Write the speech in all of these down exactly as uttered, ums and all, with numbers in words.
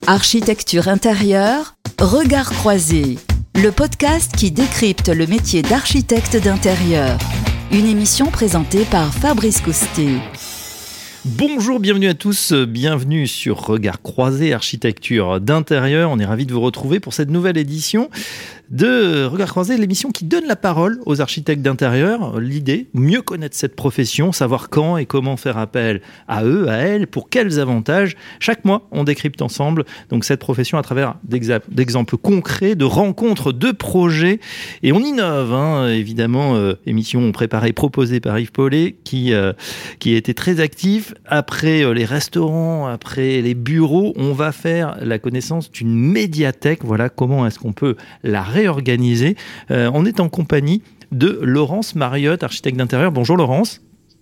Architecture intérieure, regard croisé, le podcast qui décrypte le métier d'architecte d'intérieur. Une émission présentée par Fabrice Coustet. Bonjour, bienvenue à tous, bienvenue sur Regard Croisé, architecture d'intérieur. On est ravis de vous retrouver pour cette nouvelle édition de Regard Croisé, l'émission qui donne la parole aux architectes d'intérieur. L'idée, mieux connaître cette profession, savoir quand et comment faire appel à eux, à elles, pour quels avantages. Chaque mois, on décrypte ensemble donc cette profession à travers d'exemples concrets, de rencontres, de projets. Et on innove, hein, évidemment, euh, émission préparée, proposée par Yves Paulet, qui, euh, qui a été très actif. Après euh, les restaurants, après les bureaux, on va faire la connaissance d'une médiathèque. Voilà comment est-ce qu'on peut la réorganiser. Euh, on est en compagnie de Laurence Mariotte, architecte d'intérieur. Bonjour Laurence.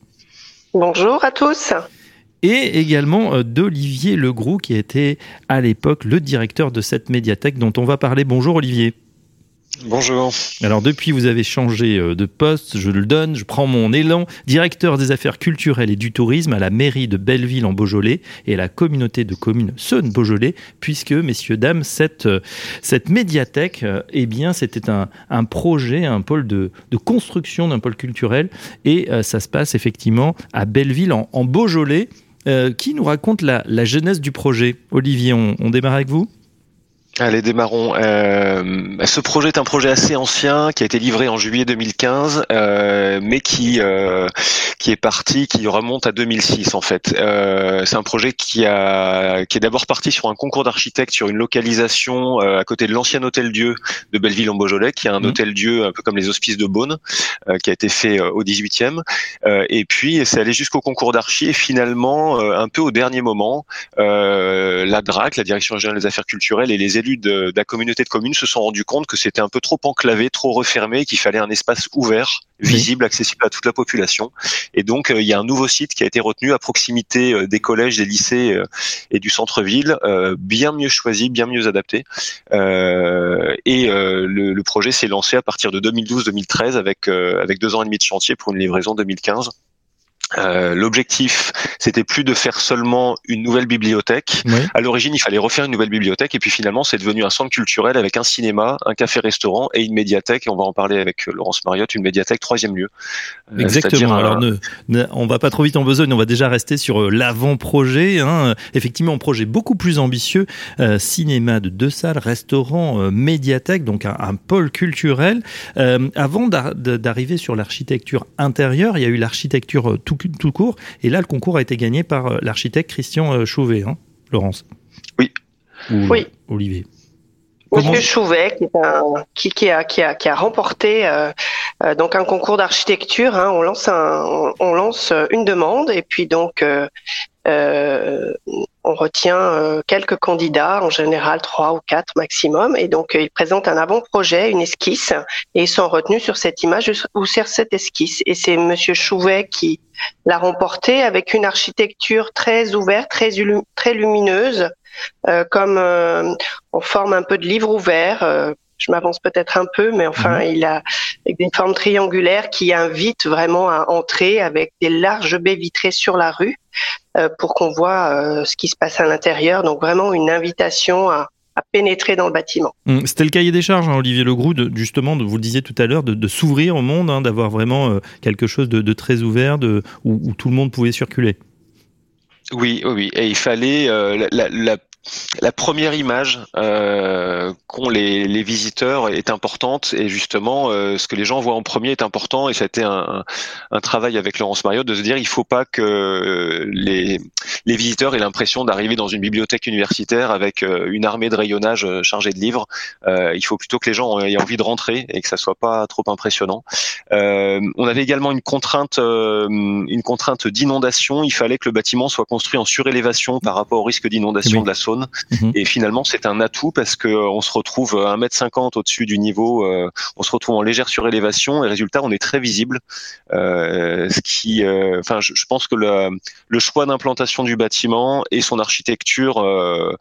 Bonjour à tous. Et également d'Olivier Legroux, qui était à l'époque le directeur de cette médiathèque dont on va parler. Bonjour Olivier. Bonjour. Alors depuis, vous avez changé de poste, je le donne, je prends mon élan, directeur des affaires culturelles et du tourisme à la mairie de Belleville en Beaujolais et à la communauté de communes Saône-Beaujolais, puisque, messieurs, dames, cette, cette médiathèque, eh bien, c'était un, un projet, un pôle de, de construction d'un pôle culturel, et euh, ça se passe effectivement à Belleville en, en Beaujolais. Euh, qui nous raconte la, la genèse du projet? Olivier, on, on démarre avec vous? Allez, démarrons. Euh, ce projet est un projet assez ancien qui a été livré en juillet deux mille quinze, euh, mais qui euh, qui est parti, qui remonte à deux mille six en fait. Euh, c'est un projet qui a qui est d'abord parti sur un concours d'architectes sur une localisation euh, à côté de l'ancien hôtel-Dieu de Belleville en Beaujolais, qui est un mmh. hôtel-Dieu un peu comme les Hospices de Beaune, euh, qui a été fait euh, au dix-huitième. Euh, et puis c'est allé jusqu'au concours d'archi et finalement euh, un peu au dernier moment, euh, la D R A C, la Direction Régionale des Affaires Culturelles, et les élus de, de la communauté de communes se sont rendus compte que c'était un peu trop enclavé, trop refermé, qu'il fallait un espace ouvert, visible, oui. accessible à toute la population. Et donc, euh, il y a un nouveau site qui a été retenu à proximité euh, des collèges, des lycées euh, et du centre-ville, euh, bien mieux choisi, bien mieux adapté. Euh, et euh, le, le projet s'est lancé à partir de deux mille douze deux mille treize avec, euh, avec deux ans et demi de chantier pour une livraison deux mille quinze. Euh, l'objectif, c'était plus de faire seulement une nouvelle bibliothèque. Oui. À l'origine, il fallait refaire une nouvelle bibliothèque, et puis finalement, c'est devenu un centre culturel avec un cinéma, un café-restaurant et une médiathèque. Et on va en parler avec Laurence Mariotte, une médiathèque troisième lieu. Euh, Exactement. Alors, un... ne, ne, on va pas trop vite en besogne. On va déjà rester sur l'avant-projet. Hein. Effectivement, un projet beaucoup plus ambitieux. Euh, cinéma de deux salles, restaurant, euh, médiathèque, donc un, un pôle culturel. Euh, avant d'arriver sur l'architecture intérieure, il y a eu l'architecture tout tout court, et là le concours a été gagné par l'architecte Christian Chouvet, hein, Laurence? Oui. Ou oui. Olivier? Monsieur Chouvet, qui, un, qui, qui, a, qui, a, qui a remporté euh, euh, donc un concours d'architecture. Hein, on lance un, on, on lance une demande, et puis donc euh, euh, on retient euh, quelques candidats, en général trois ou quatre maximum, et donc euh, ils présentent un avant-projet, une esquisse, et ils sont retenus sur cette image ou sur cette esquisse. Et c'est Monsieur Chouvet qui l'a remporté avec une architecture très ouverte, très, très lumineuse, euh, comme euh, en forme un peu de livre ouvert. Euh, je m'avance peut-être un peu, mais enfin, mmh. il a avec des formes triangulaires qui invitent vraiment à entrer, avec des larges baies vitrées sur la rue, euh, pour qu'on voit euh, ce qui se passe à l'intérieur. Donc vraiment une invitation à, à pénétrer dans le bâtiment. Mmh. C'était le cahier des charges, hein, Olivier Legroux, de, justement, de, vous le disiez tout à l'heure, de, de s'ouvrir au monde, hein, d'avoir vraiment euh, quelque chose de, de très ouvert, de, où, où tout le monde pouvait circuler. Oui, oui, et il fallait euh, la, la, la La première image euh, qu'ont les, les visiteurs est importante, et justement euh, ce que les gens voient en premier est important, et ça a été un, un travail avec Laurence Mariotte de se dire il faut pas que les, les visiteurs aient l'impression d'arriver dans une bibliothèque universitaire avec une armée de rayonnage chargée de livres. Euh, il faut plutôt que les gens aient envie de rentrer et que ça soit pas trop impressionnant. Euh, on avait également une contrainte, euh, une contrainte d'inondation. Il fallait que le bâtiment soit construit en surélévation par rapport au risque d'inondation oui. de la Saône. Mmh. Et finalement, c'est un atout parce que on se retrouve à un mètre cinquante au-dessus du niveau, euh, on se retrouve en légère surélévation, et résultat, on est très visible. Euh, ce qui, euh, enfin, je, je pense que le, le choix d'implantation du bâtiment et son architecture euh,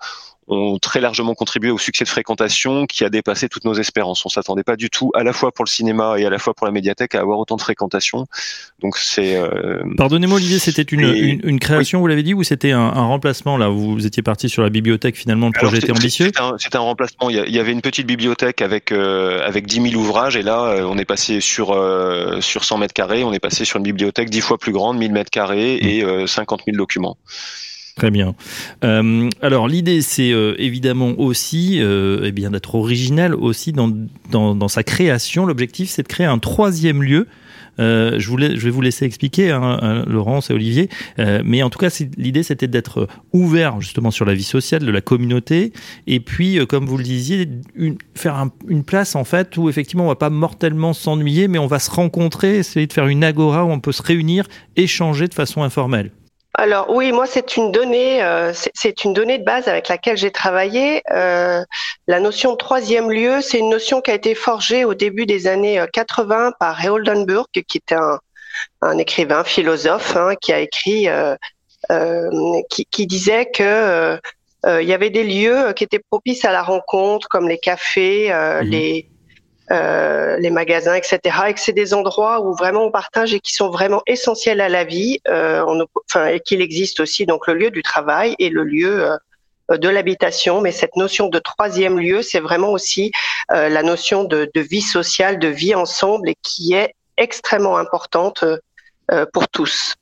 ont très largement contribué au succès de fréquentation qui a dépassé toutes nos espérances. On s'attendait pas du tout, à la fois pour le cinéma et à la fois pour la médiathèque, à avoir autant de fréquentation. Donc c'est. Euh... Pardonnez-moi, Olivier, c'était une, et... une, une création, oui. Vous l'avez dit, ou c'était un, un remplacement là? Vous étiez parti sur la bibliothèque, finalement, le projet Alors, était ambitieux. C'était un, c'était un remplacement. Il y avait une petite bibliothèque avec euh, avec dix mille ouvrages, et là, on est passé sur euh, sur cent mètres carrés. On est passé sur une bibliothèque dix fois plus grande, mille mètres carrés et euh, cinquante mille documents. Très bien. Euh, alors l'idée, c'est euh, évidemment aussi, euh, eh bien d'être original aussi dans, dans dans sa création. L'objectif, c'est de créer un troisième lieu. Euh, je, voulais, je vais vous laisser expliquer, hein, hein, Laurence et Olivier. Euh, mais en tout cas, c'est, l'idée, c'était d'être ouvert justement sur la vie sociale de la communauté. Et puis, euh, comme vous le disiez, une, faire un, une place en fait où effectivement, on va pas mortellement s'ennuyer, mais on va se rencontrer, essayer de faire une agora où on peut se réunir, échanger de façon informelle. Alors oui, moi c'est une donnée, euh, c'est, c'est une donnée de base avec laquelle j'ai travaillé. Euh, la notion de troisième lieu, c'est une notion qui a été forgée au début des années quatre-vingts par Ray Oldenburg, qui était un, un écrivain, philosophe, hein, qui a écrit, euh, euh, qui, qui disait que euh, euh, il y avait des lieux qui étaient propices à la rencontre, comme les cafés, euh, mmh. les Euh, les magasins, et cetera, et que c'est des endroits où vraiment on partage et qui sont vraiment essentiels à la vie, euh, on, enfin, et qu'il existe aussi donc le lieu du travail et le lieu euh, de l'habitation. Mais cette notion de troisième lieu, c'est vraiment aussi euh, la notion de, de vie sociale, de vie ensemble, et qui est extrêmement importante euh, pour tous.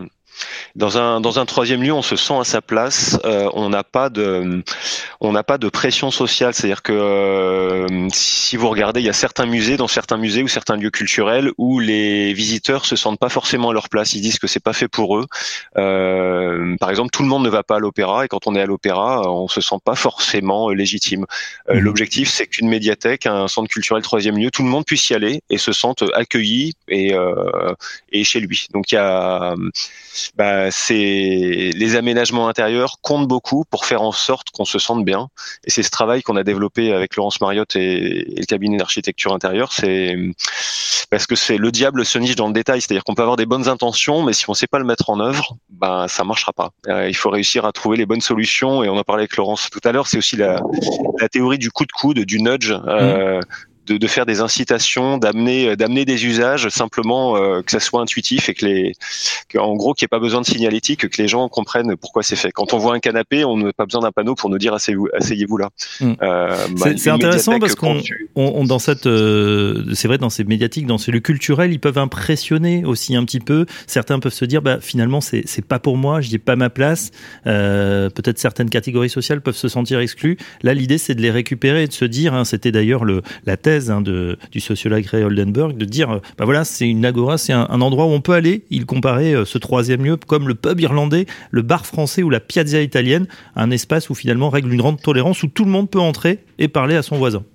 Dans un dans un troisième lieu, on se sent à sa place. Euh, on n'a pas de on n'a pas de pression sociale. C'est-à-dire que euh, si vous regardez, il y a certains musées, dans certains musées ou certains lieux culturels où les visiteurs se sentent pas forcément à leur place. Ils disent que c'est pas fait pour eux. Euh, par exemple, tout le monde ne va pas à l'opéra, et quand on est à l'opéra, on se sent pas forcément légitime. Euh, mmh. L'objectif, c'est qu'une médiathèque, un centre culturel troisième lieu, tout le monde puisse y aller et se sente accueilli et euh, et chez lui. Donc il y a Bah, c'est les aménagements intérieurs comptent beaucoup pour faire en sorte qu'on se sente bien. Et c'est ce travail qu'on a développé avec Laurence Mariotte et, et le cabinet d'architecture intérieure. C'est parce que c'est le diable se niche dans le détail. C'est-à-dire qu'on peut avoir des bonnes intentions, mais si on ne sait pas le mettre en œuvre, ben ça marchera pas. Euh, il faut réussir à trouver les bonnes solutions. Et on en parlait avec Laurence tout à l'heure. C'est aussi la, la théorie du coup de coude, du nudge. Euh, mmh. De, de faire des incitations, d'amener, d'amener des usages, simplement euh, que ça soit intuitif et que les, qu'en gros qu'il n'y ait pas besoin de signalétique, que les gens comprennent pourquoi c'est fait. Quand on voit un canapé, on n'a pas besoin d'un panneau pour nous dire asseyez-vous, asseyez-vous là. Mmh. Euh, c'est, bah, c'est intéressant parce qu'on, on, on, dans cette, euh, c'est vrai, dans ces médiatiques, dans ces lieux culturels, ils peuvent impressionner aussi un petit peu. Certains peuvent se dire, bah finalement c'est, c'est pas pour moi, je n'y ai pas ma place. Euh, peut-être certaines catégories sociales peuvent se sentir exclues. Là, l'idée c'est de les récupérer et de se dire, hein, c'était d'ailleurs le, la thèse Hein, de, du sociologue Ray Oldenburg, de dire, bah voilà, c'est une agora, c'est un, un endroit où on peut aller. Il comparait euh, ce troisième lieu comme le pub irlandais, le bar français ou la piazza italienne, un espace où finalement règle une grande tolérance, où tout le monde peut entrer et parler à son voisin.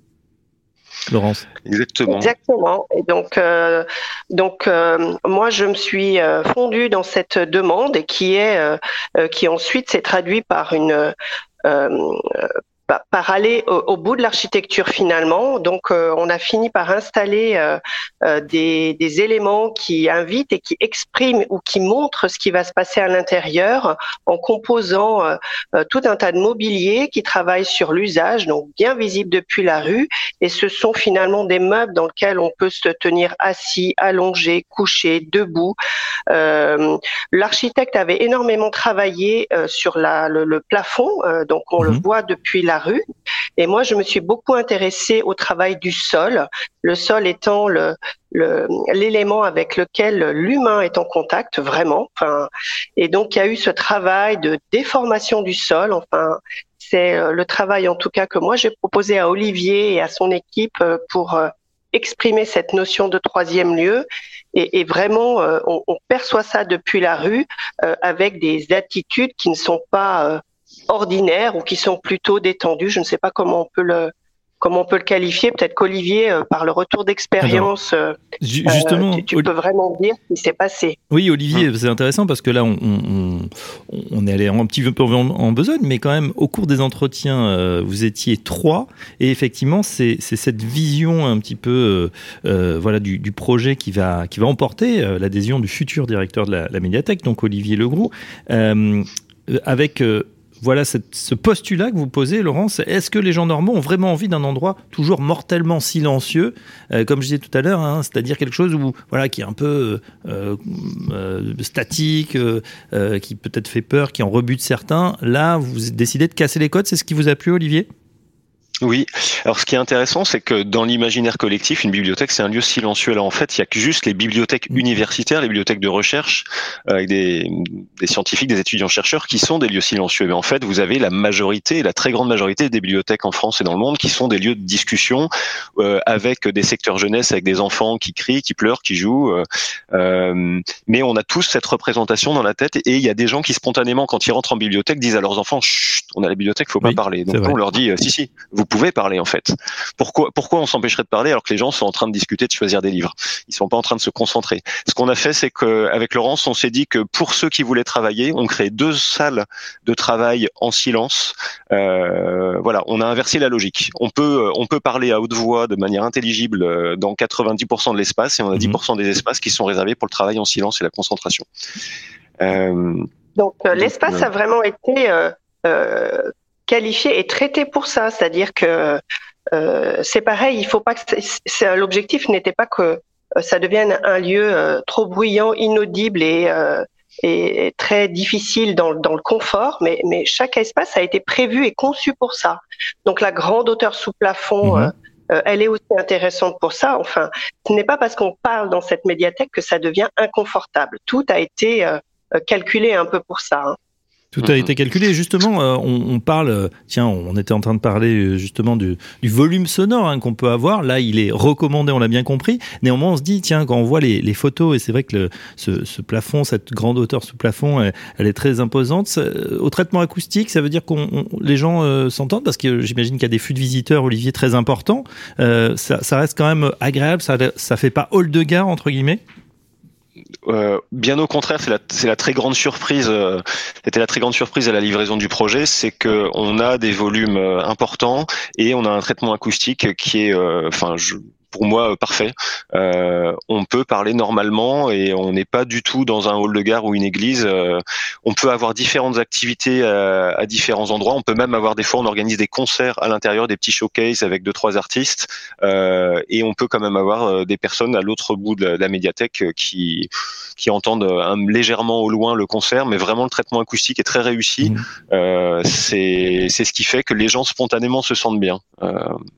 Laurence. Exactement. Exactement. Et donc, euh, donc euh, moi, je me suis euh, fondue dans cette demande, et qui est, euh, qui ensuite s'est traduit par une euh, par aller au, au bout de l'architecture finalement. Donc euh, on a fini par installer euh, euh, des, des éléments qui invitent et qui expriment ou qui montrent ce qui va se passer à l'intérieur, en composant euh, euh, tout un tas de mobilier qui travaille sur l'usage, donc bien visible depuis la rue. Et ce sont finalement des meubles dans lesquels on peut se tenir assis, allongé, couché, debout. Euh, l'architecte avait énormément travaillé euh, sur la, le, le plafond, euh, donc on mmh. le voit depuis la rue. Et moi, je me suis beaucoup intéressée au travail du sol, le sol étant le, le, l'élément avec lequel l'humain est en contact, vraiment. Enfin, et donc, il y a eu ce travail de déformation du sol. Enfin, c'est le travail, en tout cas, que moi, j'ai proposé à Olivier et à son équipe pour exprimer cette notion de troisième lieu. Et, et vraiment, on, on perçoit ça depuis la rue avec des attitudes qui ne sont pas ordinaires ou qui sont plutôt détendues. Je ne sais pas comment on peut le comment on peut le qualifier. Peut-être qu'Olivier, euh, par le retour d'expérience, euh, justement, euh, tu, tu peux vraiment dire ce qui s'est passé. Oui, Olivier, c'est intéressant parce que là, on, on, on est allé un petit peu en, en besogne, mais quand même, au cours des entretiens, euh, vous étiez trois, et effectivement, c'est, c'est cette vision un petit peu, euh, euh, voilà, du, du projet qui va qui va emporter euh, l'adhésion du futur directeur de la, la médiathèque, donc Olivier Legroux, euh, avec euh, voilà cette, ce postulat que vous posez, Laurence. Est-ce que les gens normaux ont vraiment envie d'un endroit toujours mortellement silencieux, euh, comme je disais tout à l'heure, hein, c'est-à-dire quelque chose où, voilà, qui est un peu euh, euh, statique, euh, euh, qui peut-être fait peur, qui en rebute certains. Là, vous décidez de casser les codes. C'est ce qui vous a plu, Olivier ? Oui. Alors, ce qui est intéressant, c'est que dans l'imaginaire collectif, une bibliothèque, c'est un lieu silencieux. Là, en fait, il y a que juste les bibliothèques universitaires, les bibliothèques de recherche, euh, avec des, des scientifiques, des étudiants-chercheurs, qui sont des lieux silencieux. Mais en fait, vous avez la majorité, la très grande majorité des bibliothèques en France et dans le monde qui sont des lieux de discussion, euh, avec des secteurs jeunesse, avec des enfants qui crient, qui pleurent, qui jouent. Euh, euh, mais on a tous cette représentation dans la tête, et il y a des gens qui spontanément, quand ils rentrent en bibliothèque, disent à leurs enfants, chut, on a la bibliothèque, faut pas oui, parler. Donc on leur dit, si, si, vous pouvez parler en fait. Pourquoi, pourquoi on s'empêcherait de parler alors que les gens sont en train de discuter, de choisir des livres? Ils sont pas en train de se concentrer. Ce qu'on a fait, c'est qu'avec Laurence, on s'est dit que pour ceux qui voulaient travailler, on crée deux salles de travail en silence. Euh, voilà, on a inversé la logique. On peut, on peut parler à haute voix de manière intelligible dans quatre-vingt-dix pour cent de l'espace, et on a dix pour cent des espaces qui sont réservés pour le travail en silence et la concentration. Euh, donc, euh, l'espace donc, euh, a vraiment été euh, euh, qualifié et traité pour ça, c'est-à-dire que euh, c'est pareil, il faut pas que c'est, c'est, l'objectif n'était pas que euh, ça devienne un lieu euh, trop bruyant, inaudible et, euh, et très difficile dans, dans le confort, mais, mais chaque espace a été prévu et conçu pour ça. Donc la grande hauteur sous plafond, mmh. euh, elle est aussi intéressante pour ça. Enfin, ce n'est pas parce qu'on parle dans cette médiathèque que ça devient inconfortable. Tout a été euh, calculé un peu pour ça, hein. Tout a été calculé. Justement, euh, on, on parle, euh, tiens, on était en train de parler justement du, du volume sonore hein, qu'on peut avoir. Là, il est recommandé, on l'a bien compris. Néanmoins, on se dit, tiens, quand on voit les, les photos, et c'est vrai que le, ce, ce plafond, cette grande hauteur sous plafond, elle, elle est très imposante. Au traitement acoustique, ça veut dire que les gens euh, s'entendent, parce que j'imagine qu'il y a des flux de visiteurs, Olivier, très importants. Euh, ça, ça reste quand même agréable, ça, ça fait pas hall de gare, entre guillemets. Euh, bien au contraire, c'est la, c'est la très grande surprise. Euh, c'était la très grande surprise à la livraison du projet, c'est que on a des volumes euh, importants et on a un traitement acoustique qui est, enfin, euh, je pour moi euh, parfait. Euh, on peut parler normalement et on n'est pas du tout dans un hall de gare ou une église. Euh, on peut avoir différentes activités à, à différents endroits. On peut même avoir des fois, on organise des concerts à l'intérieur, des petits showcases avec deux trois artistes, euh, et on peut quand même avoir des personnes à l'autre bout de la, de la médiathèque qui qui entendent un, légèrement au loin le concert, mais vraiment le traitement acoustique est très réussi. Mmh. Euh, c'est c'est ce qui fait que les gens spontanément se sentent bien, euh,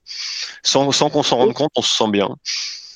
sans sans qu'on s'en rende compte, on se sent bien. Laurence ?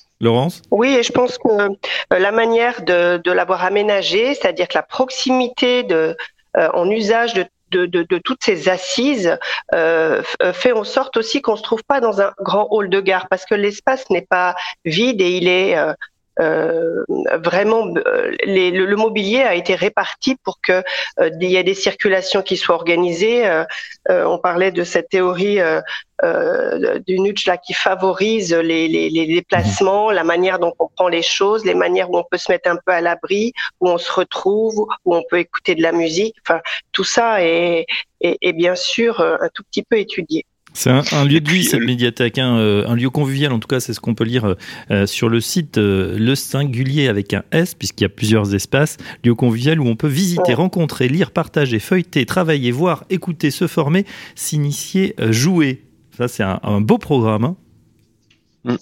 Oui, et je pense que la manière de, de l'avoir aménagé, c'est-à-dire que la proximité de, euh, en usage de, de, de, de toutes ces assises euh, fait en sorte aussi qu'on se trouve pas dans un grand hall de gare, parce que l'espace n'est pas vide et il est euh, Euh, vraiment, euh, les, le, le mobilier a été réparti pour que euh, il y ait des circulations qui soient organisées. Euh, euh, on parlait de cette théorie euh, euh, du Nudge là qui favorise les, les, les déplacements, la manière dont on prend les choses, les manières où on peut se mettre un peu à l'abri, où on se retrouve, où on peut écouter de la musique. Enfin, tout ça est, est, est bien sûr un tout petit peu étudié. C'est un, un lieu de vie, cette médiathèque, hein, euh, un lieu convivial, en tout cas, c'est ce qu'on peut lire euh, sur le site euh, Le Singulier avec un S, puisqu'il y a plusieurs espaces, lieu convivial où on peut visiter, rencontrer, lire, partager, feuilleter, travailler, voir, écouter, se former, s'initier, euh, jouer. Ça, c'est un, un beau programme. Hein. Mmh.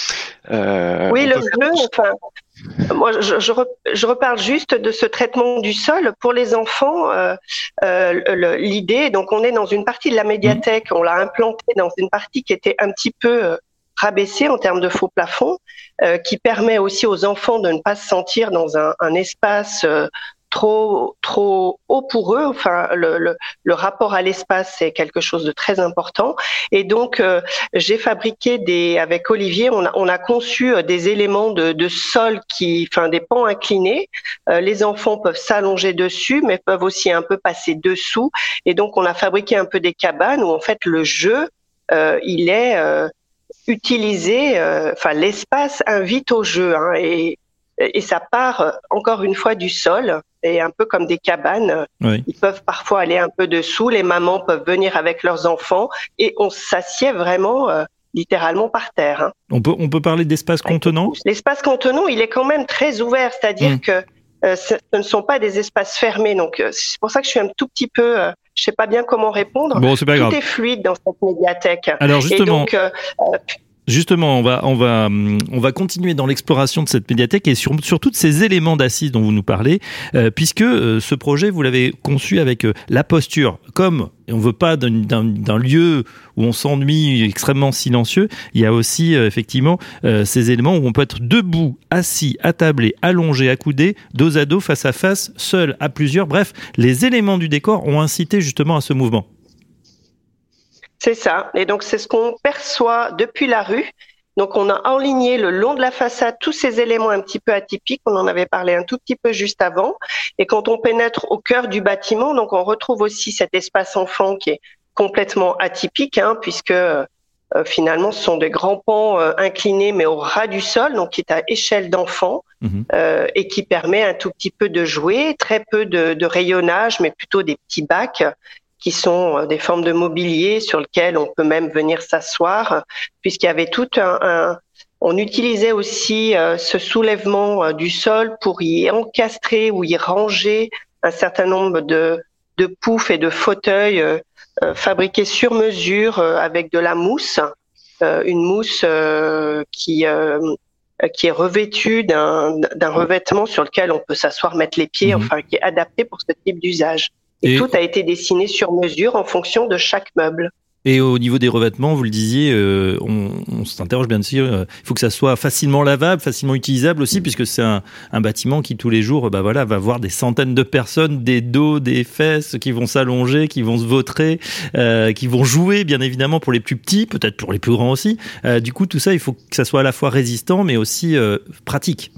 Euh, oui, le jeu, enfin... Moi, je, je, je reparle juste de ce traitement du sol pour les enfants. Euh, euh, le, l'idée, donc, on est dans une partie de la médiathèque, on l'a implanté dans une partie qui était un petit peu euh, rabaissée en termes de faux plafond, euh, qui permet aussi aux enfants de ne pas se sentir dans un, un espace euh, trop trop haut pour eux. Enfin, le, le, le rapport à l'espace, c'est quelque chose de très important. Et donc, euh, j'ai fabriqué des, avec Olivier, on a, on a conçu des éléments de, de sol qui, enfin, des pans inclinés. Euh, les enfants peuvent s'allonger dessus, mais peuvent aussi un peu passer dessous. Et donc, on a fabriqué un peu des cabanes où, en fait, le jeu, euh, il est euh, utilisé, euh, enfin, l'espace invite au jeu, hein, et Et ça part encore une fois du sol, et un peu comme des cabanes. Oui. Ils peuvent parfois aller un peu dessous, les mamans peuvent venir avec leurs enfants, et on s'assied vraiment euh, littéralement par terre. Hein. On peut, on peut parler d'espace contenant ? L'espace contenant, il est quand même très ouvert, c'est-à-dire mmh. que euh, ce ne sont pas des espaces fermés. Donc euh, c'est pour ça que je suis un tout petit peu... Euh, je sais pas bien comment répondre. Bon, c'est pas Tout grave. est fluide dans cette médiathèque. Alors justement, et donc, euh, Justement, on va, on va, on va continuer dans l'exploration de cette médiathèque et sur, sur tous ces éléments d'assises dont vous nous parlez, euh, puisque euh, ce projet, vous l'avez conçu avec euh, la posture. Comme on ne veut pas d'un, d'un, d'un lieu où on s'ennuie, extrêmement silencieux, il y a aussi euh, effectivement euh, ces éléments où on peut être debout, assis, attablé, allongé, accoudé, dos à dos, face à face, seul, à plusieurs. Bref, les éléments du décor ont incité justement à ce mouvement. C'est ça. Et donc, c'est ce qu'on perçoit depuis la rue. Donc, on a enligné le long de la façade tous ces éléments un petit peu atypiques. On en avait parlé un tout petit peu juste avant. Et quand on pénètre au cœur du bâtiment, donc on retrouve aussi cet espace enfant qui est complètement atypique, hein, puisque euh, finalement, ce sont des grands pans euh, inclinés, mais au ras du sol, donc qui est à échelle d'enfant, mmh. euh, et qui permet un tout petit peu de jouer, très peu de, de rayonnage, mais plutôt des petits bacs qui sont des formes de mobilier sur lesquelles on peut même venir s'asseoir, puisqu'il y avait tout un... un on utilisait aussi euh, ce soulèvement euh, du sol pour y encastrer ou y ranger un certain nombre de, de poufs et de fauteuils euh, euh, fabriqués sur mesure euh, avec de la mousse, euh, une mousse euh, qui... Euh, qui est revêtue d'un, d'un revêtement sur lequel on peut s'asseoir, mettre les pieds, mmh. enfin, qui est adapté pour ce type d'usage. Et, et tout a été dessiné sur mesure en fonction de chaque meuble. Et au niveau des revêtements, vous le disiez, euh, on, on s'interroge bien sûr, il euh, faut que ça soit facilement lavable, facilement utilisable aussi, puisque c'est un, un bâtiment qui tous les jours bah voilà, va voir des centaines de personnes, des dos, des fesses qui vont s'allonger, qui vont se vautrer, euh, qui vont jouer bien évidemment pour les plus petits, peut-être pour les plus grands aussi. Euh, du coup, tout ça, il faut que ça soit à la fois résistant, mais aussi euh, pratique.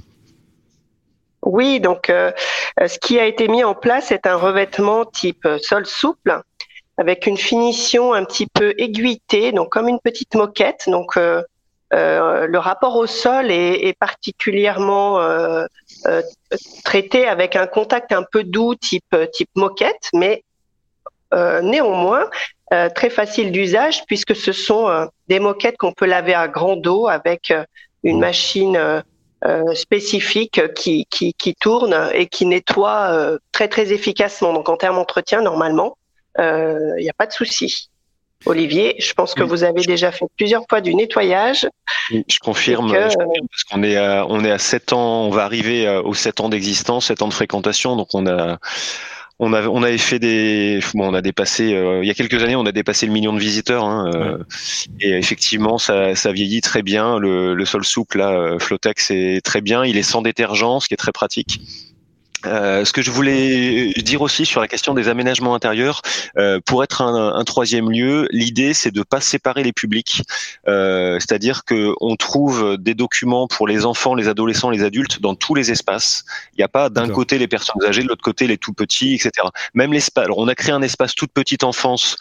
Oui, donc euh, ce qui a été mis en place est un revêtement type sol souple avec une finition un petit peu aiguïtée, donc comme une petite moquette. Donc euh, euh, le rapport au sol est, est particulièrement euh, euh, traité avec un contact un peu doux type type moquette, mais euh, néanmoins euh, très facile d'usage puisque ce sont euh, des moquettes qu'on peut laver à grande eau avec euh, une machine euh, Euh, spécifique qui, qui, qui tourne et qui nettoie euh, très très efficacement. Donc en termes d'entretien, normalement, il euh, n'y a pas de souci. Olivier, je pense que oui. vous avez déjà fait plusieurs fois du nettoyage. Oui, je confirme, que, je confirme parce qu'on est à, on est à sept ans, on va arriver aux sept ans d'existence, sept ans de fréquentation, donc on a On avait, on avait fait des, bon, on a dépassé, euh, il y a quelques années, on a dépassé le million de visiteurs, hein, euh, ouais. Et effectivement, ça, ça vieillit très bien. Le, le sol souple, là, Flotex, est très bien. Il est sans détergent, ce qui est très pratique. Euh, ce que je voulais dire aussi sur la question des aménagements intérieurs, euh, pour être un, un troisième lieu, l'idée c'est de pas séparer les publics, euh, c'est-à-dire que on trouve des documents pour les enfants, les adolescents, les adultes dans tous les espaces. Il n'y a pas d'un D'accord. côté les personnes âgées, de l'autre côté les tout petits, et cetera. Même l'espace. Alors on a créé un espace toute petite enfance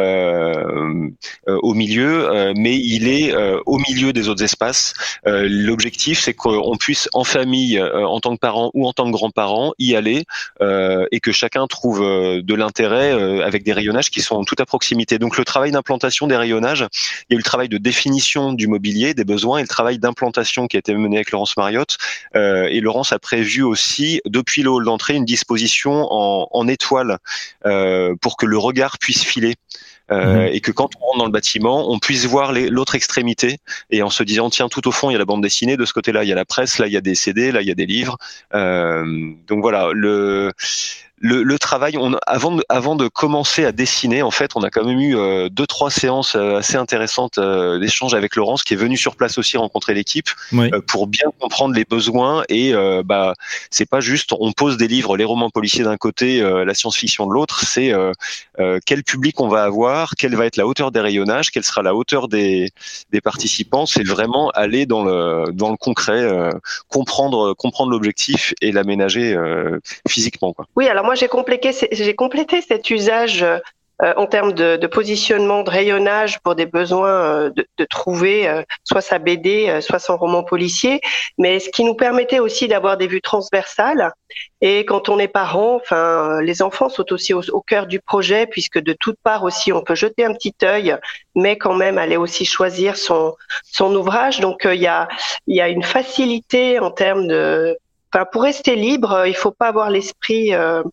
euh, euh, au milieu, euh, mais il est euh, au milieu des autres espaces. Euh, l'objectif c'est qu'on puisse en famille, euh, en tant que parents ou en tant que grands-parents y aller euh, et que chacun trouve euh, de l'intérêt euh, avec des rayonnages qui sont tout à proximité. Donc le travail d'implantation des rayonnages, il y a eu le travail de définition du mobilier, des besoins et le travail d'implantation qui a été mené avec Laurence Mariotte. Euh, et Laurence a prévu aussi, depuis le hall d'entrée, une disposition en, en étoile euh, pour que le regard puisse filer. Euh, mmh. Et que quand on rentre dans le bâtiment, on puisse voir les, l'autre extrémité et en se disant tiens, tout au fond il y a la bande dessinée, de ce côté-là il y a la presse, là il y a des C D, là il y a des livres. Euh, donc voilà, le Le, le travail, on, avant, de, avant de commencer à dessiner, en fait, on a quand même eu euh, deux, trois séances euh, assez intéressantes euh, d'échange avec Laurence, qui est venue sur place aussi rencontrer l'équipe, oui. euh, pour bien comprendre les besoins. Et euh, bah, c'est pas juste, on pose des livres, les romans policiers d'un côté, euh, la science-fiction de l'autre. C'est euh, euh, quel public on va avoir, quelle va être la hauteur des rayonnages, quelle sera la hauteur des, des participants. C'est vraiment aller dans le, dans le concret, euh, comprendre, comprendre l'objectif et l'aménager euh, physiquement, quoi. Oui, alors moi j'ai complété, j'ai complété cet usage euh, en termes de, de positionnement, de rayonnage pour des besoins euh, de, de trouver euh, soit sa B D, euh, soit son roman policier, mais ce qui nous permettait aussi d'avoir des vues transversales. Et quand on est parent, enfin, les enfants sont aussi au, au cœur du projet, puisque de toutes parts aussi on peut jeter un petit œil, mais quand même aller aussi choisir son son ouvrage. Donc il euh, y a il y a une facilité en termes de, enfin, pour rester libre, il faut pas avoir l'esprit euh,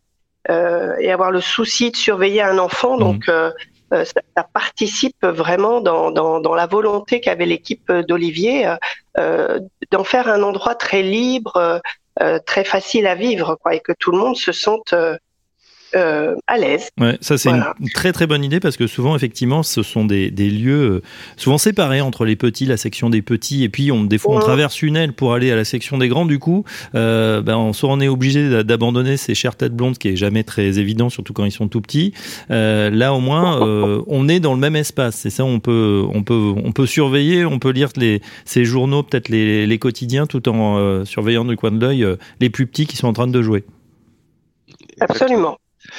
euh, et avoir le souci de surveiller un enfant. Mmh. Donc, euh, euh, ça, ça participe vraiment dans, dans, dans la volonté qu'avait l'équipe d'Olivier euh, d'en faire un endroit très libre, euh, très facile à vivre, quoi, et que tout le monde se sente euh, Euh, à l'aise. Ouais, ça c'est voilà. une très très bonne idée parce que souvent effectivement ce sont des, des lieux souvent séparés entre les petits, la section des petits et puis on, des fois on mmh. traverse une aile pour aller à la section des grands. Du coup, euh, ben, on, soit on est obligé d'abandonner ces chères têtes blondes, ce qui est jamais très évident, surtout quand ils sont tout petits. Euh, là au moins euh, on est dans le même espace. C'est ça, on peut on peut on peut surveiller, on peut lire les ces journaux, peut-être les, les quotidiens, tout en euh, surveillant du coin de l'œil euh, les plus petits qui sont en train de jouer. Absolument.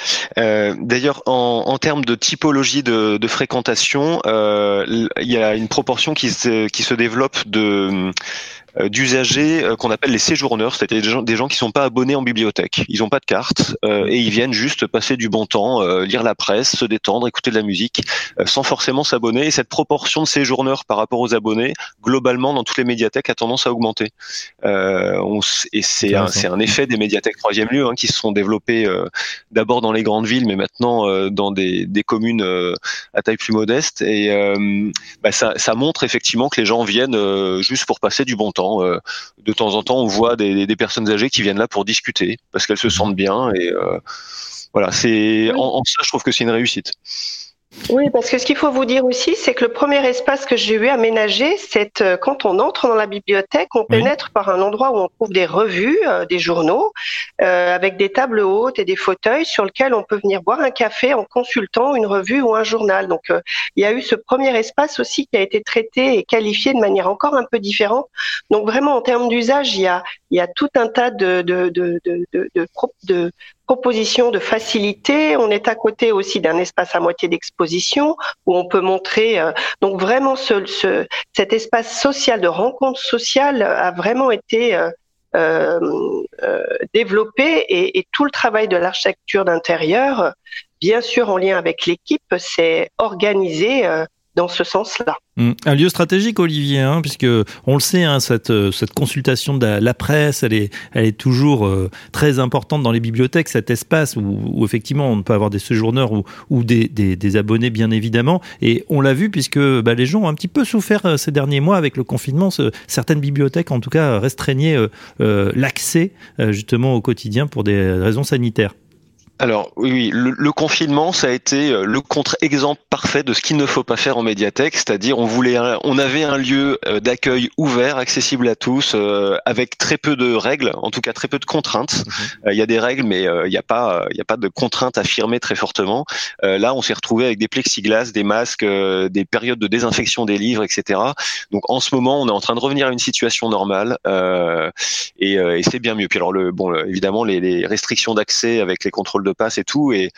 Euh, d'ailleurs, en, en termes de typologie de, de fréquentation, euh, il y a une proportion qui se, qui se développe de euh, d'usagers euh, qu'on appelle les séjourneurs, c'est-à-dire des gens, des gens qui sont pas abonnés en bibliothèque. Ils ont pas de carte euh, et ils viennent juste passer du bon temps, euh, lire la presse, se détendre, écouter de la musique, euh, sans forcément s'abonner. Et cette proportion de séjourneurs par rapport aux abonnés, globalement, dans toutes les médiathèques, a tendance à augmenter. Euh, on, et c'est un, c'est un effet des médiathèques troisième lieu hein, qui se sont développées euh, d'abord dans les grandes villes, mais maintenant euh, dans des, des communes euh, à taille plus modeste. Et euh, bah, ça, ça montre effectivement que les gens viennent euh, juste pour passer du bon temps. De temps en temps, on voit des, des personnes âgées qui viennent là pour discuter parce qu'elles se sentent bien. Et euh, voilà, c'est en, en ça, je trouve que c'est une réussite. Oui, parce que ce qu'il faut vous dire aussi, c'est que le premier espace que j'ai eu aménagé, c'est euh, quand on entre dans la bibliothèque, on oui. pénètre par un endroit où on trouve des revues, euh, des journaux, euh, avec des tables hautes et des fauteuils sur lesquels on peut venir boire un café en consultant une revue ou un journal. Donc, euh, il y a eu ce premier espace aussi qui a été traité et qualifié de manière encore un peu différente. Donc, vraiment, en termes d'usage, il y a, il y a tout un tas de, de, de, de, de, de, de proposition de facilité. On est à côté aussi d'un espace à moitié d'exposition où on peut montrer. Euh, donc vraiment, ce, ce, cet espace social de rencontre sociale a vraiment été euh, euh, euh, développé et, et tout le travail de l'architecture d'intérieur, bien sûr en lien avec l'équipe, s'est organisé euh, dans ce sens-là. Un lieu stratégique, Olivier, hein, puisque on le sait, hein, cette cette consultation de la, la presse, elle est elle est toujours euh, très importante dans les bibliothèques. Cet espace où, où effectivement on peut avoir des séjourneurs ou ou des, des des abonnés, bien évidemment. Et on l'a vu puisque bah, les gens ont un petit peu souffert ces derniers mois avec le confinement. Ce, certaines bibliothèques, en tout cas, restreignaient euh, euh, l'accès euh, justement au quotidien pour des raisons sanitaires. Alors oui, oui le, le confinement, ça a été le contre-exemple parfait de ce qu'il ne faut pas faire en médiathèque, c'est-à-dire on voulait, un, on avait un lieu d'accueil ouvert, accessible à tous, euh, avec très peu de règles, en tout cas très peu de contraintes. Il mmh. euh, y a des règles, mais il euh, n'y a pas, il y a pas de contraintes affirmées très fortement. Euh, là, on s'est retrouvé avec des plexiglas, des masques, euh, des périodes de désinfection des livres, et cetera. Donc en ce moment, on est en train de revenir à une situation normale, euh, et, euh, et c'est bien mieux. Puis alors le, bon, évidemment, les, les restrictions d'accès avec les contrôles de passe et tout, et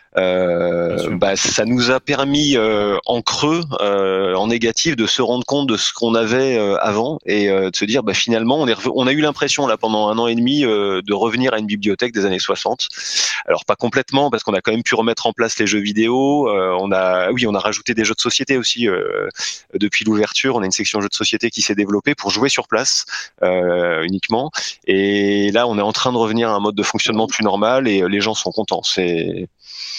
euh, bah, ça nous a permis euh, en creux, euh, en négatif, de se rendre compte de ce qu'on avait euh, avant et euh, de se dire bah finalement on est rev- on a eu l'impression là pendant un an et demi euh, de revenir à une bibliothèque des années soixante. Alors pas complètement parce qu'on a quand même pu remettre en place les jeux vidéo, euh, on a oui on a rajouté des jeux de société aussi euh, depuis l'ouverture, on a une section jeux de société qui s'est développée pour jouer sur place euh, uniquement, et là on est en train de revenir à un mode de fonctionnement plus normal et les gens sont contents. C'est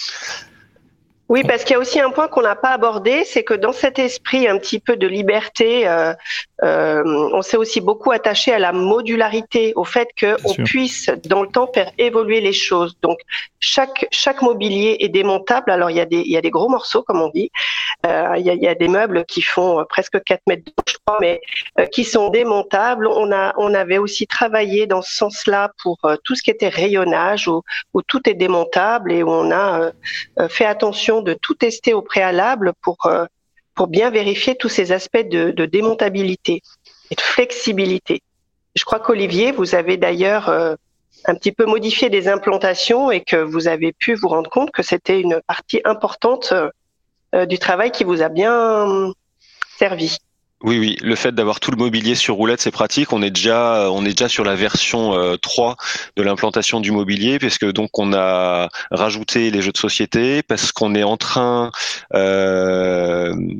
Oui, parce qu'il y a aussi un point qu'on n'a pas abordé, c'est que dans cet esprit un petit peu de liberté, euh, euh, on s'est aussi beaucoup attaché à la modularité, au fait qu'on puisse dans le temps faire évoluer les choses. Donc chaque chaque mobilier est démontable. Alors il y a des il y a des gros morceaux comme on dit, euh, il y a il y a des meubles qui font presque quatre mètres de haut, je crois, mais euh, qui sont démontables. On a on avait aussi travaillé dans ce sens-là pour euh, tout ce qui était rayonnage où où tout est démontable et où on a euh, fait attention de tout tester au préalable pour euh, pour bien vérifier tous ces aspects de, de démontabilité et de flexibilité. Je crois qu'Olivier, vous avez d'ailleurs euh, un petit peu modifié des implantations et que vous avez pu vous rendre compte que c'était une partie importante euh, du travail qui vous a bien servi. Oui, oui, le fait d'avoir tout le mobilier sur roulette, c'est pratique. On est déjà, on est déjà sur la version euh, trois de l'implantation du mobilier, parce que donc on a rajouté les jeux de société, parce qu'on est en train euh,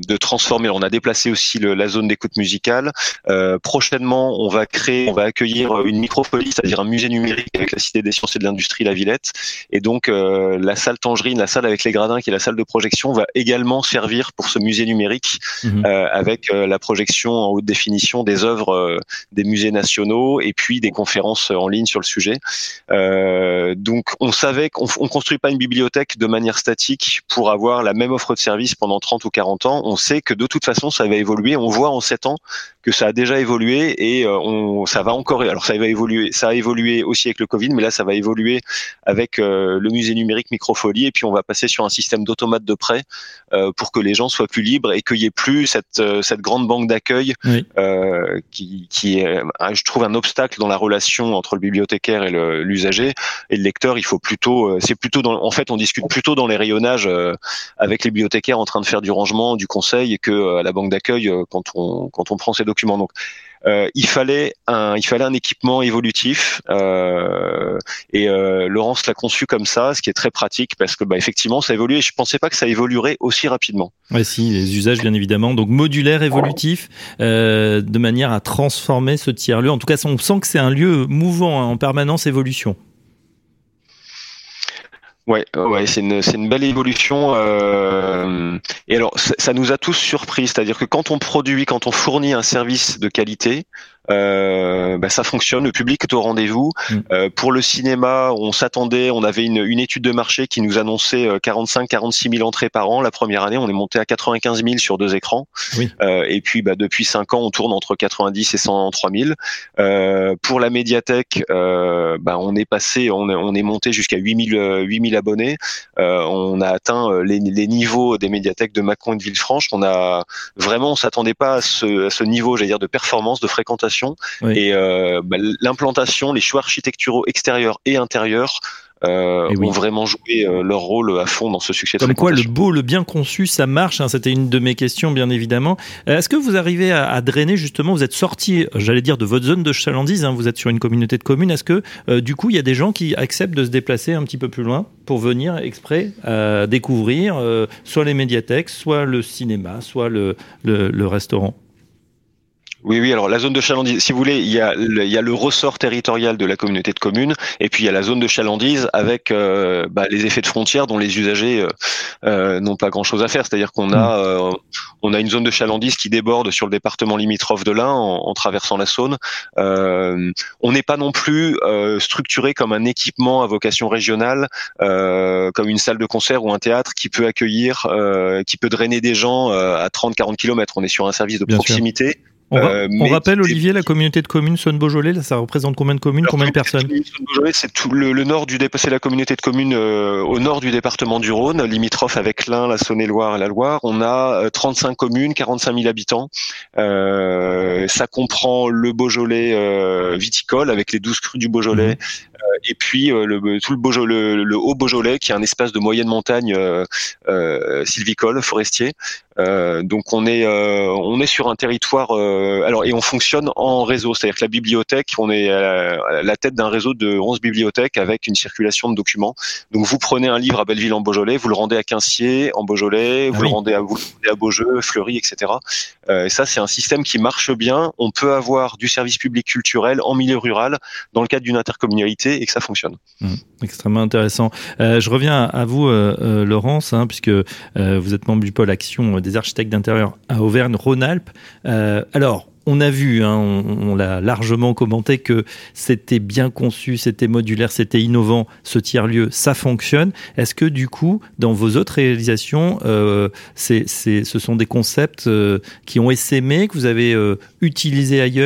de transformer. On a déplacé aussi le, la zone d'écoute musicale. Euh, prochainement, on va créer, on va accueillir une micropolie, c'est-à-dire un musée numérique avec la Cité des Sciences et de l'Industrie La Villette. Et donc, euh, la salle Tangerine, la salle avec les gradins, qui est la salle de projection, va également servir pour ce musée numérique, mmh. euh, avec euh, la projection en haute définition des œuvres euh, des musées nationaux et puis des conférences en ligne sur le sujet. Euh, donc, on savait qu'on on construit pas une bibliothèque de manière statique pour avoir la même offre de service pendant trente ou quarante ans. On sait que de toute façon, ça va évoluer. On voit en sept ans que ça a déjà évolué et euh, on, ça va encore. Alors, ça va évoluer. Ça a évolué aussi avec le Covid, mais là, ça va évoluer avec euh, le musée numérique Microfolie. Et puis, on va passer sur un système d'automates de prêt euh, pour que les gens soient plus libres et qu'il n'y ait plus cette, euh, cette grande banque d'accueil oui. euh, qui, qui est, je trouve, un obstacle dans la relation entre le bibliothécaire et le, l'usager. Et le lecteur, il faut plutôt, euh, c'est plutôt dans, en fait, on discute plutôt dans les rayonnages euh, avec les bibliothécaires en train de faire du rangement, du conseil, et que euh, à la banque d'accueil euh, quand on quand on prend ces documents. Donc, euh, il fallait un il fallait un équipement évolutif euh, et euh, Laurence l'a conçu comme ça, ce qui est très pratique parce que bah effectivement ça évolue et je pensais pas que ça évoluerait aussi rapidement. Ouais, si, les usages bien évidemment, donc modulaire, évolutif, euh, de manière à transformer ce tiers-lieu. En tout cas, on sent que c'est un lieu mouvant, hein, en permanence évolution. Ouais, ouais, c'est une, c'est une belle évolution. Euh, et alors, ça, ça nous a tous surpris, c'est-à-dire que quand on produit, quand on fournit un service de qualité, euh, bah, ça fonctionne, le public est au rendez-vous. Mmh. Euh, pour le cinéma, on s'attendait, on avait une, une étude de marché qui nous annonçait quarante-cinq à quarante-six mille entrées par an. La première année, on est monté à quatre-vingt-quinze mille sur deux écrans. Oui. Euh, et puis, bah, depuis cinq ans, on tourne entre quatre-vingt-dix et cent trois mille. Euh, pour la médiathèque, euh, bah, on est passé, on est, on est monté jusqu'à huit mille abonnés. Euh, on a atteint les, les niveaux des médiathèques de Mâcon et de Villefranche. On a vraiment, on s'attendait pas à ce, à ce niveau, j'allais dire, de performance, de fréquentation. Oui. Et euh, bah, l'implantation, les choix architecturaux extérieurs et intérieurs euh, oui. ont vraiment joué euh, leur rôle à fond dans ce succès de Comme quoi, fréquentation. le beau, le bien conçu, ça marche. Hein, c'était une de mes questions, bien évidemment. Euh, est-ce que vous arrivez à, à drainer, justement, vous êtes sorti, j'allais dire, de votre zone de chalandise, hein, vous êtes sur une communauté de communes. Est-ce que, euh, du coup, il y a des gens qui acceptent de se déplacer un petit peu plus loin pour venir exprès euh, découvrir euh, soit les médiathèques, soit le cinéma, soit le, le, le restaurant? Oui, oui. Alors la zone de chalandise, si vous voulez, il y a le, il y a le ressort territorial de la communauté de communes, et puis il y a la zone de chalandise avec euh, bah, les effets de frontière dont les usagers euh, euh, n'ont pas grand-chose à faire. C'est-à-dire qu'on a euh, on a une zone de chalandise qui déborde sur le département limitrophe de l'Ain en, en traversant la Saône. Euh, on n'est pas non plus euh, structuré comme un équipement à vocation régionale, euh, comme une salle de concert ou un théâtre qui peut accueillir, euh, qui peut drainer des gens euh, à trente à quarante kilomètres. On est sur un service de Bien proximité. Sûr. On, ra- euh, on rappelle, Olivier, la communauté de communes Saône-Beaujolais, là, ça représente combien de communes, alors, combien de personnes? Saône-Beaujolais, c'est tout le, le nord du dé- c'est la communauté de communes euh, au nord du département du Rhône, limitrophe avec l'Ain, la Saône-et-Loire et la Loire. On a euh, trente-cinq communes, quarante-cinq mille habitants. Euh, ça comprend le Beaujolais euh, viticole avec les douze crus du Beaujolais. Mmh. Et puis euh, le, tout le, Beaujolais, le, le Haut-Beaujolais, qui est un espace de moyenne montagne euh, euh, sylvicole, forestier. Euh, donc on est euh, on est sur un territoire euh, alors et on fonctionne en réseau, c'est-à-dire que la bibliothèque, on est à la, à la tête d'un réseau de onze bibliothèques avec une circulation de documents. Donc vous prenez un livre à Belleville en Beaujolais, vous le rendez à Quinciers en Beaujolais, ah vous oui. le rendez à vous le rendez à Beaujeu, Fleury, et cetera. Euh, et ça c'est un système qui marche bien. On peut avoir du service public culturel en milieu rural dans le cadre d'une intercommunalité et que ça fonctionne. Mmh, extrêmement intéressant. Euh, je reviens à vous, euh, euh, Laurence, hein, puisque euh, vous êtes membre du pôle Action des architectes d'intérieur à Auvergne-Rhône-Alpes. Euh, alors, on a vu, hein, on, on l'a largement commenté, que c'était bien conçu, c'était modulaire, c'était innovant, ce tiers-lieu, ça fonctionne. Est-ce que du coup, dans vos autres réalisations, euh, c'est, c'est, ce sont des concepts euh, qui ont essaimé, que vous avez euh, utilisés ailleurs ?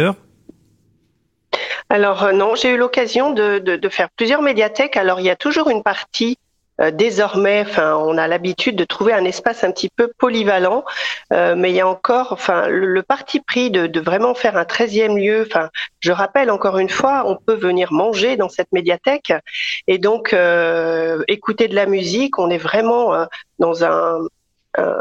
Alors euh, non, j'ai eu l'occasion de, de, de faire plusieurs médiathèques. Alors il y a toujours une partie euh, désormais, enfin on a l'habitude de trouver un espace un petit peu polyvalent, euh, mais il y a encore, enfin le, le parti pris de, de vraiment faire un treizième lieu. Enfin, je rappelle encore une fois, on peut venir manger dans cette médiathèque et donc euh, écouter de la musique. On est vraiment euh, dans un, un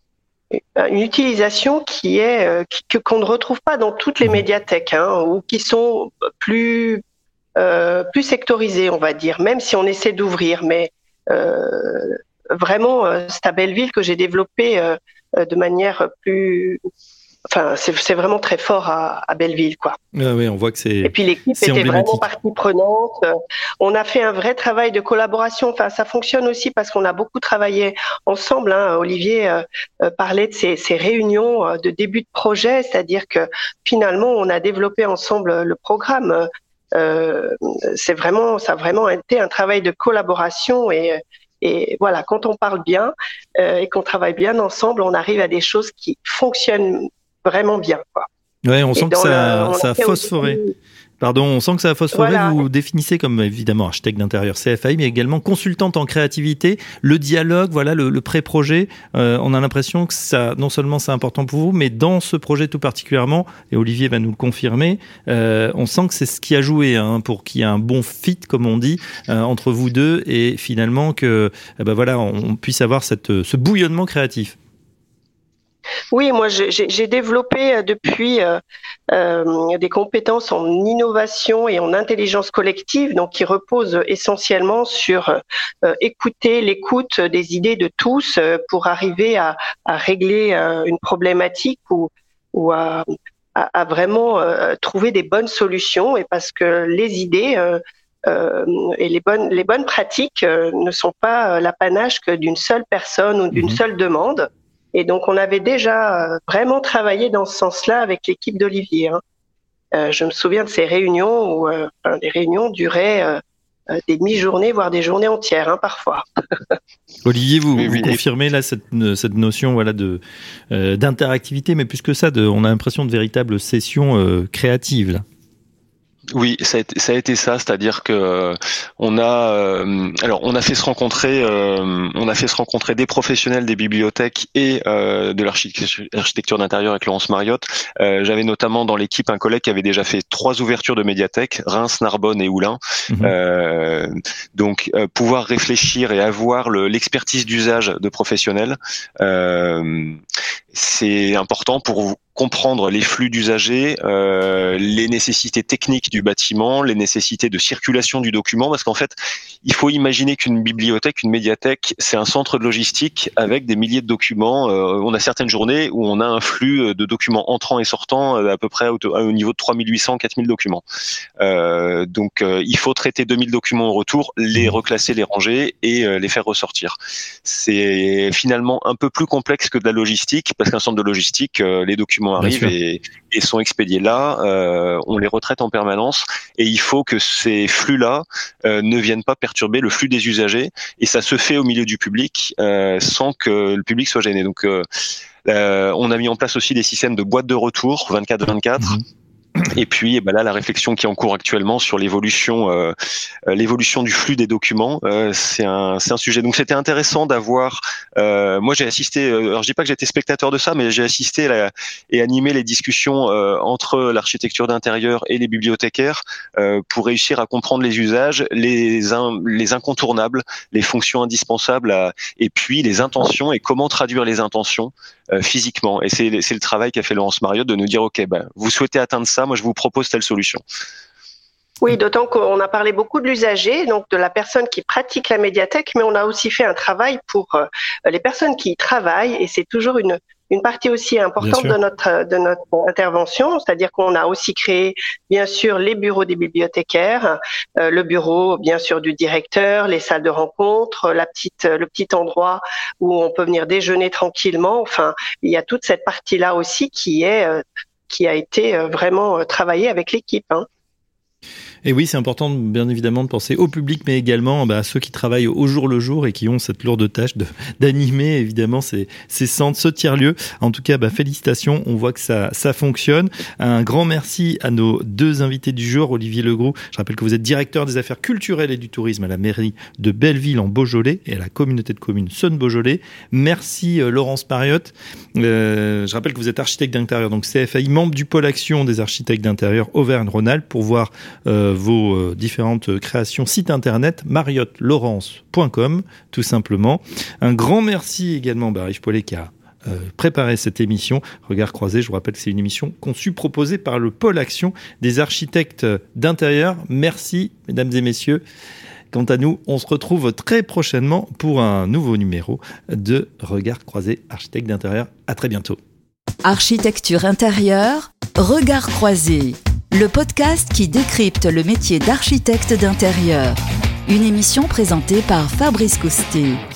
une utilisation qui est euh, qui, que qu'on ne retrouve pas dans toutes les médiathèques, hein, ou qui sont plus euh, plus sectorisées, on va dire, même si on essaie d'ouvrir. Mais euh, vraiment, euh, c'est à Belleville que j'ai développé euh, euh, de manière plus... Enfin, c'est, c'est vraiment très fort à, à Belleville, quoi. Ah oui, on voit que c'est. Et puis l'équipe était vraiment partie prenante. On a fait un vrai travail de collaboration. Enfin, ça fonctionne aussi parce qu'on a beaucoup travaillé ensemble. Hein. Olivier euh, euh, parlait de ces, ces réunions euh, de début de projet, c'est-à-dire que finalement, on a développé ensemble le programme. Euh, c'est vraiment, ça a vraiment été un travail de collaboration et Et voilà, quand on parle bien euh, et qu'on travaille bien ensemble, on arrive à des choses qui fonctionnent vraiment bien, quoi. Ouais, on sent que ça, le, ça a phosphoré. Aussi... Pardon, on sent que ça a phosphoré. Voilà. Vous définissez comme évidemment architecte d'intérieur C F A I, mais également consultante en créativité. Le dialogue, voilà, le, le pré-projet. Euh, on a l'impression que ça, non seulement c'est important pour vous, mais dans ce projet tout particulièrement, et Olivier va nous le confirmer, euh, on sent que c'est ce qui a joué hein, pour qu'il y ait un bon fit, comme on dit, euh, entre vous deux, et finalement que, eh ben voilà, on puisse avoir cette, ce bouillonnement créatif. Oui, moi j'ai, j'ai développé depuis euh, euh, des compétences en innovation et en intelligence collective, donc qui reposent essentiellement sur euh, écouter l'écoute des idées de tous euh, pour arriver à, à régler euh, une problématique ou, ou à, à, à vraiment euh, trouver des bonnes solutions. Et parce que les idées euh, euh, et les bonnes, les bonnes pratiques euh, ne sont pas l'apanage que d'une seule personne ou d'une mmh. seule demande. Et donc, on avait déjà vraiment travaillé dans ce sens-là avec l'équipe d'Olivier. Hein. Euh, je me souviens de ces réunions où euh, enfin, les réunions duraient euh, des demi-journées, voire des journées entières, hein, parfois. Olivier, vous, oui, oui. vous confirmez là cette, cette notion voilà, de, euh, d'interactivité, mais plus que ça, de, on a l'impression de véritables sessions euh, créatives, là. Oui, ça a été ça, a été ça c'est-à-dire que euh, on a euh, alors on a fait se rencontrer euh, on a fait se rencontrer des professionnels des bibliothèques et euh, de l'architecture d'intérieur avec Laurence Mariotte. Euh, j'avais notamment dans l'équipe un collègue qui avait déjà fait trois ouvertures de médiathèques, Reims, Narbonne et Oulin. Mmh. Euh, donc euh, pouvoir réfléchir et avoir le, l'expertise d'usage de professionnels, euh, c'est important pour comprendre les flux d'usagers, euh, les nécessités techniques du bâtiment, les nécessités de circulation du document, parce qu'en fait, il faut imaginer qu'une bibliothèque, une médiathèque, c'est un centre de logistique avec des milliers de documents. Euh, on a certaines journées où on a un flux de documents entrants et sortants à peu près au, au niveau de trois mille huit cents, quatre mille documents. Euh, donc, euh, il faut traiter deux mille documents au retour, les reclasser, les ranger et euh, les faire ressortir. C'est finalement un peu plus complexe que de la logistique, parce qu'un centre de logistique, euh, les documents arrivent et, et sont expédiés là, euh, on les retraite en permanence et il faut que ces flux-là euh, ne viennent pas perturber le flux des usagers et ça se fait au milieu du public euh, sans que le public soit gêné. Donc euh, euh, on a mis en place aussi des systèmes de boîtes de retour vingt-quatre vingt-quatre. Mmh. Et puis, eh ben là, la réflexion qui est en cours actuellement sur l'évolution, euh, l'évolution du flux des documents, euh, c'est un, c'est un sujet. Donc, c'était intéressant d'avoir. Euh, moi, j'ai assisté. Alors, je dis pas que j'étais spectateur de ça, mais j'ai assisté la, et animé les discussions euh, entre l'architecture d'intérieur et les bibliothécaires euh, pour réussir à comprendre les usages, les, in, les incontournables, les fonctions indispensables, à, et puis les intentions et comment traduire les intentions euh, physiquement. Et c'est, c'est le travail qu'a fait Laurence Mariotte de nous dire, ok, ben, vous souhaitez atteindre ça. Moi, je vous propose telle solution. Oui, d'autant qu'on a parlé beaucoup de l'usager, donc de la personne qui pratique la médiathèque, mais on a aussi fait un travail pour euh, les personnes qui y travaillent, et c'est toujours une, une partie aussi importante de notre, de notre intervention, c'est-à-dire qu'on a aussi créé, bien sûr, les bureaux des bibliothécaires, euh, le bureau, bien sûr, du directeur, les salles de rencontre, la petite, le petit endroit où on peut venir déjeuner tranquillement. Enfin, il y a toute cette partie-là aussi qui est... Euh, qui a été vraiment travaillé avec l'équipe. Hein. Et oui, c'est important, bien évidemment, de penser au public, mais également bah, à ceux qui travaillent au jour le jour et qui ont cette lourde tâche de, d'animer, évidemment, ces, ces centres, ce tiers-lieu. En tout cas, bah, félicitations. On voit que ça, ça fonctionne. Un grand merci à nos deux invités du jour, Olivier Legroux. Je rappelle que vous êtes directeur des affaires culturelles et du tourisme à la mairie de Belleville en Beaujolais et à la communauté de communes Saône-Beaujolais. Merci, euh, Laurence Mariotte. Euh, je rappelle que vous êtes architecte d'intérieur, donc C F A I, membre du pôle action des architectes d'intérieur Auvergne-Rhône-Alpes, pour voir euh, vos euh, différentes créations, site internet mariotte laurence point com tout simplement. Un grand merci également à Yves Paulet qui a euh, préparé cette émission. Regard croisé, je vous rappelle que c'est une émission conçue, proposée par le pôle action des architectes d'intérieur. Merci mesdames et messieurs Quant à nous, on se retrouve très prochainement pour un nouveau numéro de Regard Croisé, architecte d'intérieur. À très bientôt. Architecture intérieure, Regard Croisé, le podcast qui décrypte le métier d'architecte d'intérieur. Une émission présentée par Fabrice Coustet.